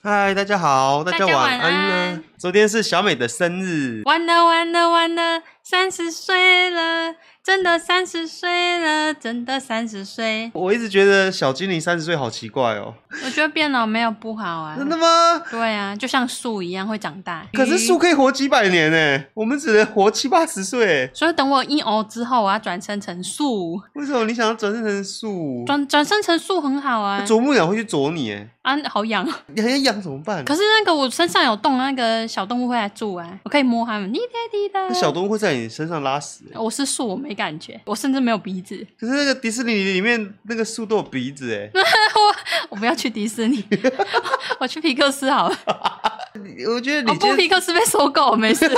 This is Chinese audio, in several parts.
嗨，大家好，大家晚安了。昨天是小美的生日， 完了完了完了，30岁了，真的30岁了，真的30岁。 我一直觉得小精灵30岁好奇怪哦。 我觉得变老没有不好啊。 真的吗？ 对啊，就像树一样会长大。 可是树可以活几百年呢，我们只能活70、80岁。 所以等我一欧之后，我要转生成树。 为什么你想要转生成树？ 转生成树很好啊。 啄木鸟会去啄你哎。 啊，好痒。 你还要养怎么办？ 可是那个我身上有洞，那个小动物会来住啊，我可以摸它们，滴答滴答。 那小动物会在你身上拉屎。 我是树，我没感觉，我甚至没有鼻子。 可是那个迪士尼里面那个树都有鼻子哎。 我不要去迪士尼，我去皮克斯好了。 我觉得你不，皮克斯被收购，没事。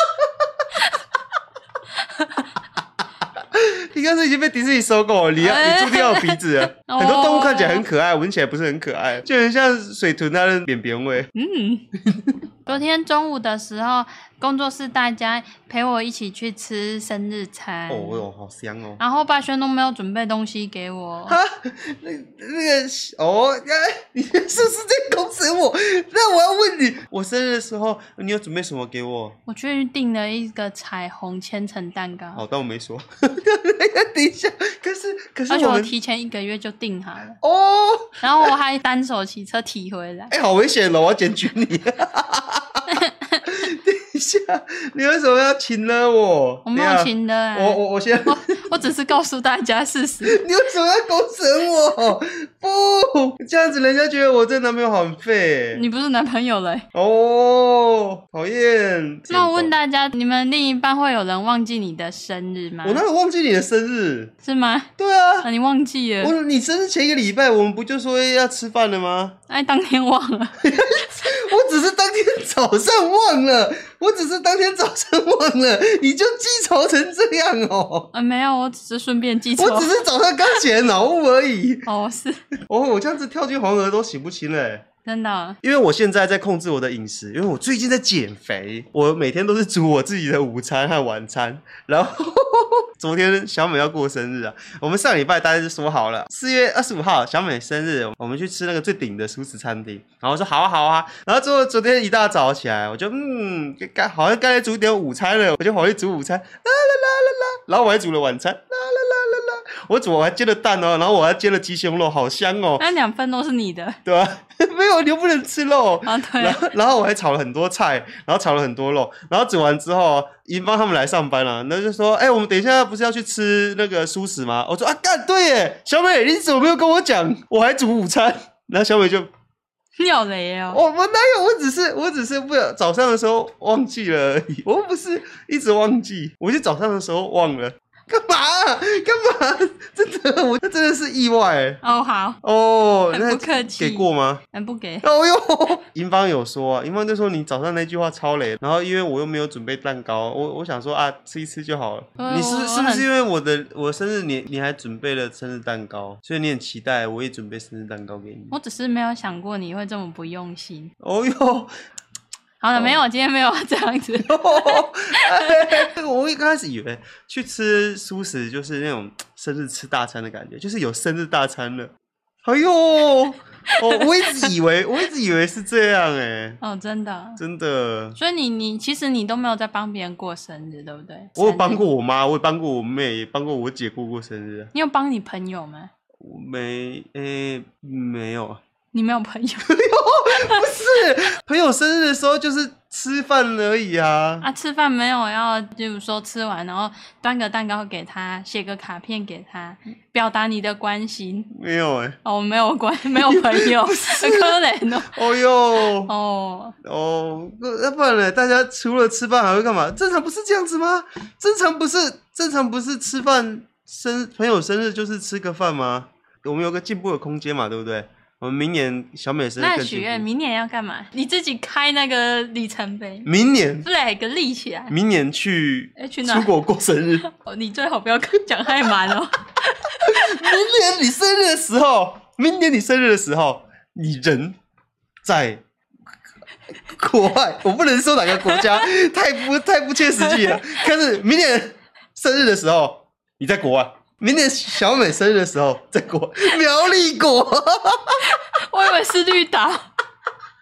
皮克斯已经被迪士尼收购了，你注定要有鼻子了。很多动物看起来很可爱，闻起来不是很可爱，就很像水豚它的便便味。 昨天中午的时候，工作室大家陪我一起去吃生日餐。 哦哟，好香哦！ 然后霸轩都没有准备东西给我。 哈，那个哦，你是不是在公审我？那我要问你，我生日的时候你有准备什么给我？ 我去订了一个彩虹千层蛋糕。 好，但我没说。等一下，可是而且我提前1个月就订好了。 哦。 然后我还单手骑车提回来。 好危险哦！我要检举你。等一下，你为什么要请了我？ 我没有请的啊。 我先我只是告诉大家事实。 你为什么要公审我？不，这样子人家觉得我这男朋友很废。 你不是男朋友了哦，讨厌。 那我问大家，你们另一半会有人忘记你的生日吗？ 我哪有忘记你的生日？ 是吗？ 对啊。 你忘记了？ 你生日前1个礼拜，我们不就说要吃饭了吗？ 当天忘了。 我只是当天早上忘了，你就记仇成这样哦？ 没有，我只是顺便记仇。 我只是早上刚起来脑雾而已。 哦，是。 我这样子跳进黄河都洗不清嘞。 真的。 因为我现在在控制我的饮食，因为我最近在减肥，我每天都是煮我自己的午餐和晚餐。然后昨天小美要过生日啊，我们上礼拜大家就说好了，4月25号小美生日，我们去吃那个最顶的素食餐厅。然后我说好啊好啊，然后之后昨天一大早起来，我就好像该来煮点午餐了，我就跑去煮午餐，啦啦啦啦啦，然后我还煮了晚餐，啦啦啦啦啦，我还煎了蛋哦，然后我还煎了鸡胸肉，好香哦。 那2份都是你的， 对吧？没有，你又不能吃肉啊。对。 然后我还炒了很多菜，然后炒了很多肉，然后煮完之后，银芳他们来上班了，那就说，我们等一下不是要去吃那个蔬食吗？我说干对耶，小美你怎么没有跟我讲？我还煮午餐，然后小美就你好雷哦。 我哪有，我只是不早上的时候忘记了而已，我不是一直忘记，我是早上的时候忘了。干嘛？真的，我真的是意外。 哦，好。很不客气。 给过吗？ 不给。 哦哟，银芳有说啊，银芳就说你早上那句话超雷，然后因为我又没有准备蛋糕，我想说啊，吃一吃就好了。你是不是因为我生日你还准备了生日蛋糕，所以你很期待我也准备生日蛋糕给你？ 我只是没有想过你会这么不用心。 哦哟。 好了，没有，今天没有这样子。 我一开始以为去吃蔬食就是那种生日吃大餐的感觉，就是有生日大餐了。哎呦，我一直以为是这样真的。 真的。 所以你其实你都没有在帮别人过生日，对不对？ 我有帮过我妈，我也帮过我妹，也帮过我姐过生日。你有帮你朋友吗？ 我没有。 你没有朋友？ 不是，朋友生日的时候就是吃饭而已啊。 吃饭没有要，比如说吃完然后端个蛋糕给他，写个卡片给他，表达你的关心。 没有没有没有朋友，很可怜哦。 哦哟。那不然呢？大家除了吃饭还会干嘛？正常不是这样子吗？正常不是吃饭朋友生日就是吃个饭吗？我们有个进步的空间嘛，对不对？我们明年小美生日更进步。那许愿明年要干嘛？你自己开那个里程碑。 明年 flag 立起来。 明年去哪？ 出国过生日。 你最好不要讲太满哦。 明年你生日的时候，你人在国外，我不能说哪个国家，太不切实际了。可是明年生日的时候，你在国外。明年小美生日的时候，在苗栗国。 我以为是绿岛。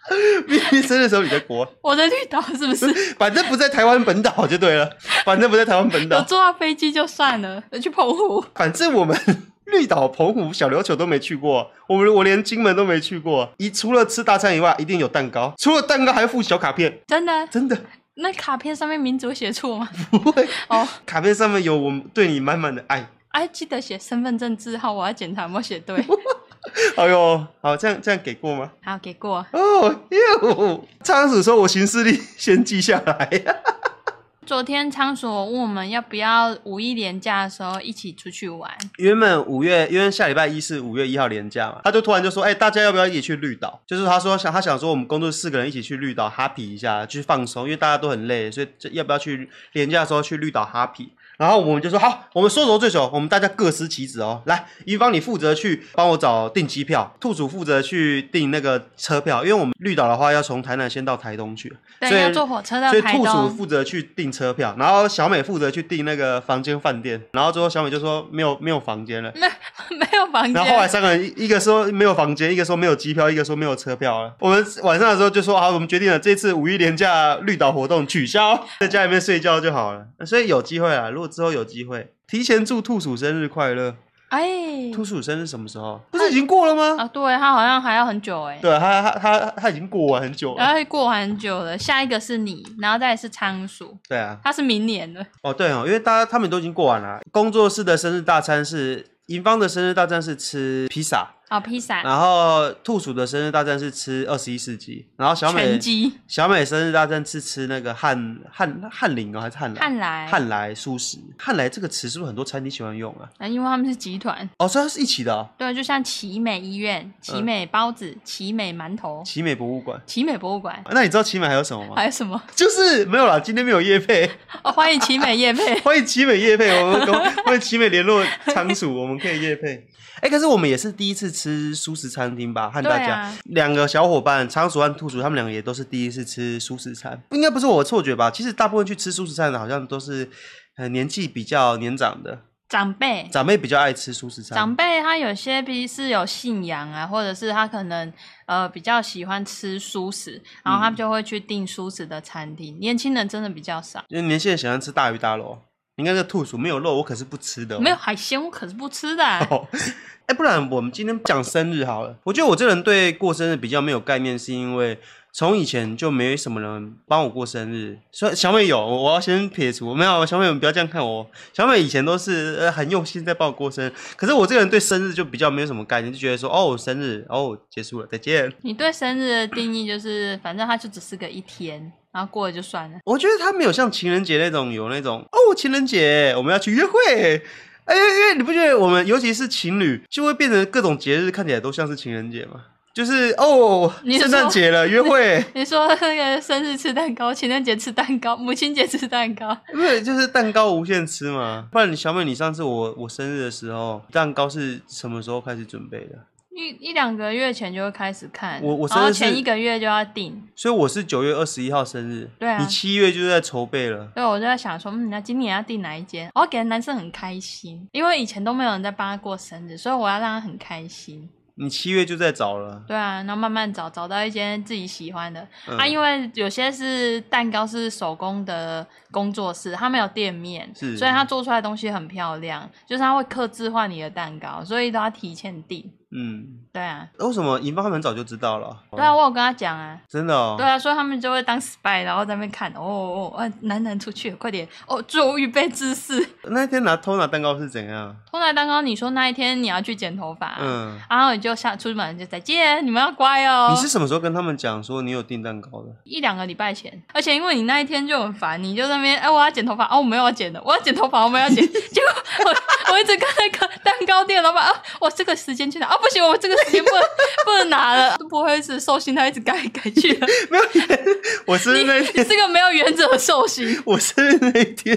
咪咪生日的时候你在国外， 我在绿岛是不是？ 反正不在台湾本岛就对了，反正不在台湾本有岛， 坐到飞机就算了，去澎湖。 反正我们绿岛、澎湖、小琉球都没去过，我连金门都没去过。除了吃大餐以外，一定有蛋糕，除了蛋糕还要附小卡片， 真的？ 真的那卡片上面名字会写错吗？ 不会哦， 卡片上面有我们对你满满的爱。 哎，记得写身份证字号，我要检查有没有写对。 哎呦，好，这样给过吗？ 好，给过。 哦哟，仓鼠说我行事历先记下来。 昨天仓鼠问我们要不要5一连假的时候一起出去玩。 原本因为下礼拜一是5月1号连假嘛，他就突然就说，大家要不要一起去绿岛？就是他说他想说我们工作4个人一起去绿岛 happy 一下，去放松，因为大家都很累，所以要不要去连假的时候去绿岛 happy？然后我们就说好，我们说走就走，我们大家各司其职哦。来，云芳你负责去帮我订机票，兔鼠负责去订那个车票，因为我们绿岛的话要从台南先到台东去， 对， 所以要坐火车到所以台东。 兔鼠负责去订车票，然后小美负责去订那个房间饭店，然后最后小美就说没有房间了， 没有房间。 然后后来3个人一个说没有房间，一个说没有机票，一个说没有车票了。我们晚上的时候就说好，我们决定了这次5一连假绿岛活动取消，在家里面睡觉就好了。所以有机会啦，如果之后有机会，提前祝兔鼠生日快乐。兔鼠生日什么时候？不是已经过了吗？ 啊，对，他好像还要很久哎。 对，他已经过完很久了。 然后过完很久了，下一个是你，然后再来是仓鼠。 对啊， 他是明年的。 哦，对哦，因为他们都已经过完了。工作室的生日大餐是银芳的生日大餐是吃披萨。 哦，披萨。 然后兔鼠的生日大餐是吃21世纪，然后小美生日大餐是吃那个翰林哦，还是汉来素食。汉来这个词是不是很多餐厅喜欢用啊？ 因为他们是集团。 哦，所以它是一起的哦。 对，就像奇美医院、奇美包子、奇美馒头、 奇美博物馆。 那你知道奇美还有什么吗？ 还有什么？ 就是没有啦，今天没有业配。 哦，欢迎奇美业配。 欢迎奇美业配，我们欢迎奇美联络仓鼠，我们可以业配。可是我们也是第一次吃素食餐厅吧，和大家2个小伙伴仓鼠和兔鼠，他们2个也都是第一次吃素食餐，应该不是我的错觉吧？其实大部分去吃素食餐的好像都是年纪比较年长的长辈比较爱吃素食餐。 长辈他有些是有信仰啊，或者是他可能比较喜欢吃素食，然后他们就会去订素食的餐厅。年轻人真的比较少， 因为年轻人喜欢吃大鱼大肉。你看这兔鼠没有肉，我可是不吃的没有海鲜，我可是不吃的不然我们今天讲生日好了。我觉得我这人对过生日比较没有概念，是因为从以前就没什么人帮我过生日。所以小美有，我要先撇除，没有小美，你不要这样看我。小美以前都是很用心在帮我过生日，可是我这个人对生日就比较没有什么概念，就觉得说生日结束了，再见。 你对生日的定义就是，反正它就只是个一天。然后过了就算了。 我觉得他没有像情人节那种有那种情人节我们要去约会，因为你不觉得我们尤其是情侣就会变成各种节日看起来都像是情人节吗？就是圣诞节了约会。 你说那个生日吃蛋糕，情人节吃蛋糕，母亲节吃蛋糕， 因为就是蛋糕无限吃嘛。不然小美，你上次我生日的时候，蛋糕是什么时候开始准备的？ 一两个月前就会开始看， 我生日然后前1个月就要订， 所以我是9月21号生日。 对啊， 你7月就在筹备了。 对，我就在想说，那今年要订哪一间？我要给男生很开心，因为以前都没有人在帮他过生日，所以我要让他很开心。 你7月就在找了？ 对啊，然后慢慢找到一间自己喜欢的因为有些是蛋糕是手工的工作室，他没有店面，所以他做出来的东西很漂亮，就是他会客制化你的蛋糕，所以都要提前订。对啊。 为什么银芳他们很早就知道了？ 对啊，我有跟他讲啊。 真的哦？ 对啊，所以他们就会当 spy， 然后在那边看男出去快点做预备姿势。 那一天偷拿蛋糕是怎样？ 偷拿蛋糕，你说那一天你要去剪头发然后你就出门就再见，你们要乖哦。 你是什么时候跟他们讲说你有订蛋糕的 ？1、2个礼拜前，而且因为你那一天就很烦，你就在那边我要剪头发我没有要剪的，我要剪头发我没有要剪结果我一直跟那个蛋糕店老板我这个时间去拿不行，我这个时间不能拿了，不会一直寿星他一直改去了。 没有，我生日那天你是个没有原则的寿星。 我生日那天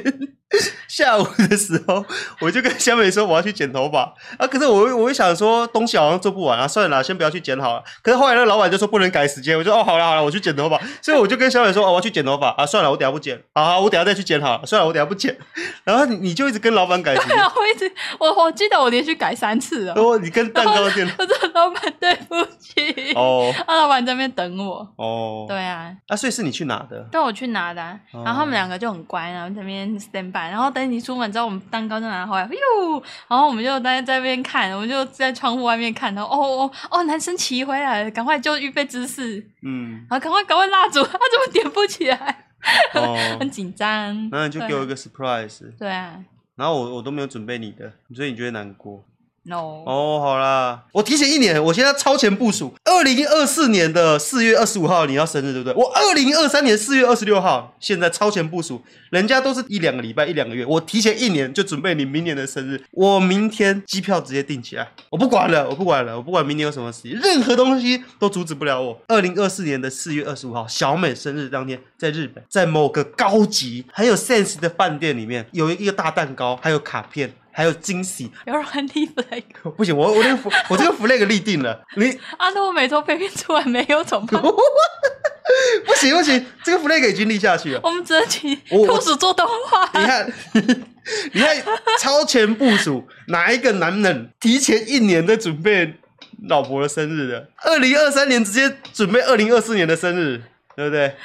下午的时候，我就跟小美说我要去剪头发啊，可是我又想说东西好像做不完啊，算了啦，先不要去剪好了。可是后来那个老板就说不能改时间，我就好了，我去剪头发。所以我就跟小美说我要去剪头发啊，算了，我等下不剪，好，我等下再去剪好了，算了，我等下不剪。然后你就一直跟老板改时间， 我记得我连续改3次了。 哦，你跟蛋糕店， 我说老板对不起。 哦， 老板在那边等我。 哦， 对啊， 所以是你去拿的？ 对，我去拿的然后他们2个就很乖，然后在那边 stand by， 然后等你出门之后，我们蛋糕就拿回来，哟，然后我们就在那边看，我们就在窗户外面看，然后男生骑回来了，赶快就预备姿势，然后赶快蜡烛，他怎么点不起来？很紧张。 那你就给我一个 surprise。 对啊， 然后我都没有准备你的，所以你觉得难过 ？No。 好啦，我提前1年，我现在超前部署。2024年的4月25号你要生日，对不对？我2023年4月26号，现在超前部署。人家都是1-2个礼拜、1-2个月，我提前1年就准备你明年的生日。我明天机票直接订起来，我不管了，我不管明年有什么事情，任何东西都阻止不了我。2024年的4月25号，小美生日当天，在日本，在某个高级很有 sense 的饭店里面，有一个大蛋糕，还有卡片。还有惊喜， 有人立 flag， 不行，我这个 flag 立定了。 那我每周配片出来没有怎么办？ 不行，这个 flag 已经立下去了。 我们只能请兔鼠做动画。 你看，超前部署，哪一个男人提前1年在准备老婆的生日的？2023年直接准备2024年的生日，对不对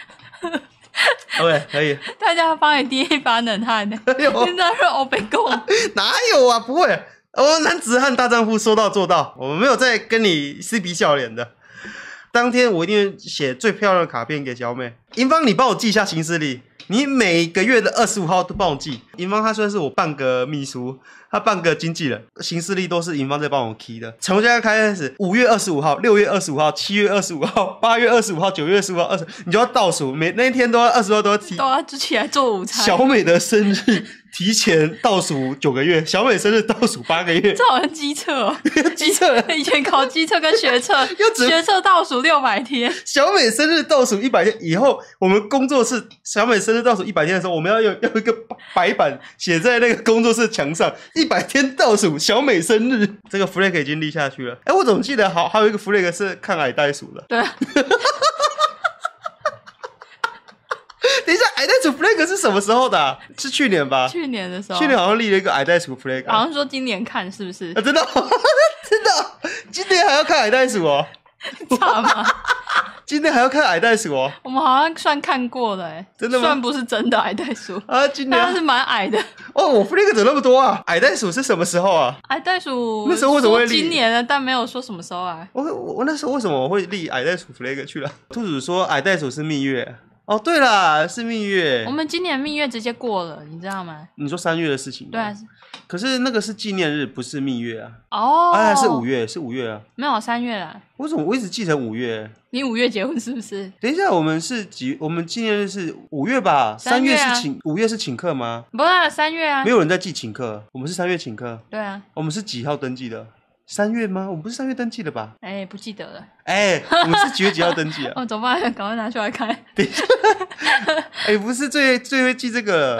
？OK， 可以。 大家帮你滴一把冷汗呢。现在是欧北贡， 哪有啊？不会，男子汉大丈夫，说到做到。我们没有在跟你嬉皮笑脸的。当天我一定会写最漂亮的卡片给小美。银芳，你帮我记一下行事历，你每个月的25号都帮我记。银芳她算是我半个秘书，她半个经纪人，行事历都是银芳在帮我 key 的。从现在开始，5月25号、6月25号、7月25号、8月25号、9月25号、20，你就要倒数，那一天都要20号都要提， 都要起来做午餐。 小美的生日提前倒数9个月，小美生日倒数8个月， 这好像机测哦。 机测以前考机测跟学测，学测倒数600天， 小美生日倒数100天。以后我们工作室小美生日倒数100天的时候，我们要有一个白板写在那个工作室墙上，100天倒数小美生日。这个 flag 已经立下去了。我怎么记得还有一个 flag 是看矮袋鼠的？ 对啊。 等一下，矮袋鼠 flag 是什么时候的啊？是去年吧？ 去年的时候， 去年好像立了一个矮袋鼠 flag， 好像说今年看是不是？ 真的真的，今年还要看矮袋鼠哦？ 差吗？ 今天还要看矮袋鼠哦？ 我们好像算看过了真的吗？ 算不是真的矮袋鼠啊，今年它是蛮矮的我 flag 怎么那么多啊？矮袋鼠是什么时候啊？ 矮袋鼠那时候为什么会立？ 今年了，但没有说什么时候啊。 我那时候为什么我会立矮袋鼠 flag 去了？兔子说矮袋鼠是蜜月。对啦，是蜜月。 我们今年蜜月直接过了，你知道吗？ 你说3月的事情吗？ 对啊。 可是那个是纪念日，不是蜜月啊。是5月，是5月啊。 没有3月啦。 为什么我一直记成5月？ 你5月结婚是不是？ 等一下，我们纪念日是5月吧？3月是5月是请客吗？ 不是3月啊。 没有人在记请客，我们是3月请客。 对啊。 我们是几号登记的？3月吗？我们不是3月登记的吧？ 不记得了。 我们是几月几号登记啊？ 怎么办？赶快拿出来看。 等一下，不是最会记这个。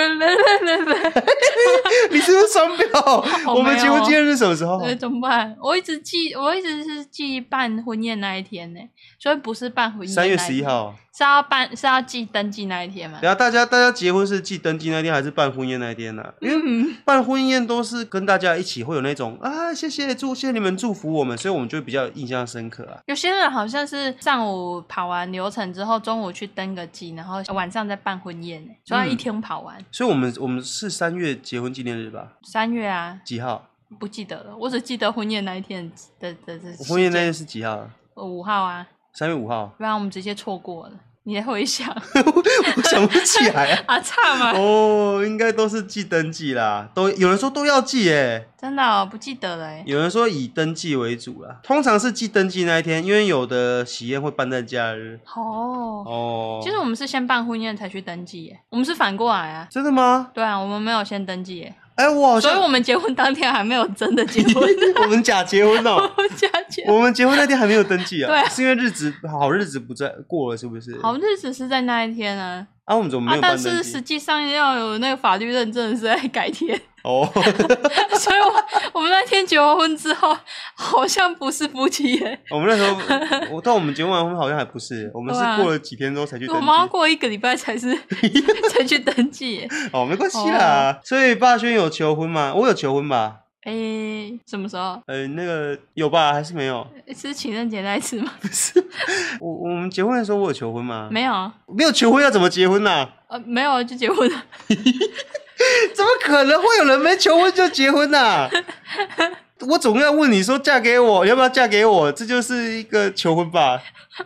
你是不是双标？我们结婚纪念日是什么时候？ 怎么办？我一直是记办婚宴那一天呢，所以不是办婚宴那一天。3月11号。是要记登记那一天吗？ 对啊，大家结婚是记登记那一天还是办婚宴那一天呢？因为办婚宴都是跟大家一起会有那种谢谢你们祝福我们，所以我们就比较印象深刻啊。 有些人好像是上午跑完流程之后，中午去登个记，然后晚上再办婚宴，所以要一天跑完。所以我们是3月结婚纪念日吧 ？3月啊。 几号？ 不记得了，我只记得婚宴那一天的婚宴那天是几号 ？5号啊。 3月5号。 不然我们直接错过了。你在回想？ 我想不起来啊。 差吗？ 应该都是记登记啦，有人说都要记真的不记得了有人说以登记为主啦，通常是记登记那一天，因为有的喜宴会办在假日。 其实我们是先办婚宴才去登记我们是反过来啊。 真的吗？ 对啊，我们没有先登记所以我们结婚当天还没有真的结婚。 我们假结婚哦。我们结婚那天还没有登记啊。 对啊。 是因为好日子不在过了，是不是？ 好日子是在那一天啊。 啊，我们怎么没有办但登记？ 是实际上要有那个法律认证是在改天。 哦， 所以我们那天结完婚之后，好像不是夫妻耶。 我们那时候，到我们结完婚好像还不是，我们是过了几天之后才去登记。 我们要过1个礼拜才去登记耶。 哦，没关系啦。所以霸轩有求婚吗？我有求婚吧？ 什么时候？ 那个有吧？还是没有？ 是情人节那一次吗？ 不是，我们结婚的时候我有求婚吗？ 没有啊。 没有求婚要怎么结婚呢？ 没有就结婚了。 怎么可能会有人没求婚就结婚呢？我总要问你说嫁给我，要不要嫁给我？这就是一个求婚吧。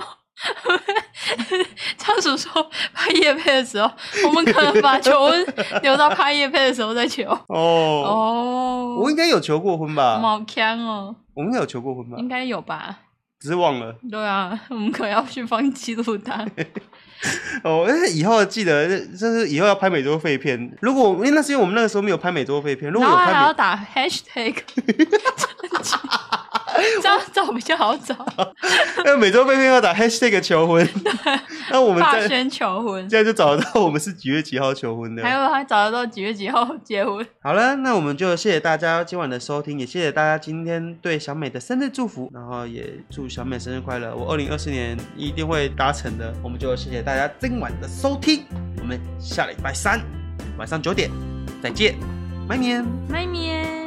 仓鼠说拍业配的时候，我们可能把求婚留到拍业配的时候再求。 我应该有求过婚吧？ 好强哦！ 我应该有求过婚吧？ 应该有吧？ 只是忘了。 对啊，我们可能要去放记录档。 以后记得，就是以后要拍美洲废片。如果那是因为我们那个时候没有拍美洲废片，如果有拍然后还要打 hashtag， 这样找比较好找。 美洲废片要打 hashtag 求婚，那我们霸轩求婚， 这样就找得到我们是几月几号求婚的， 还找得到几月几号结婚。 好了，那我们就谢谢大家今晚的收听，也谢谢大家今天对小美的生日祝福，然后也祝小美生日快乐，我2024年一定会达成的。我们就谢谢大家今晚的收听，我们下礼拜3晚上9点再见，拜年， 拜年。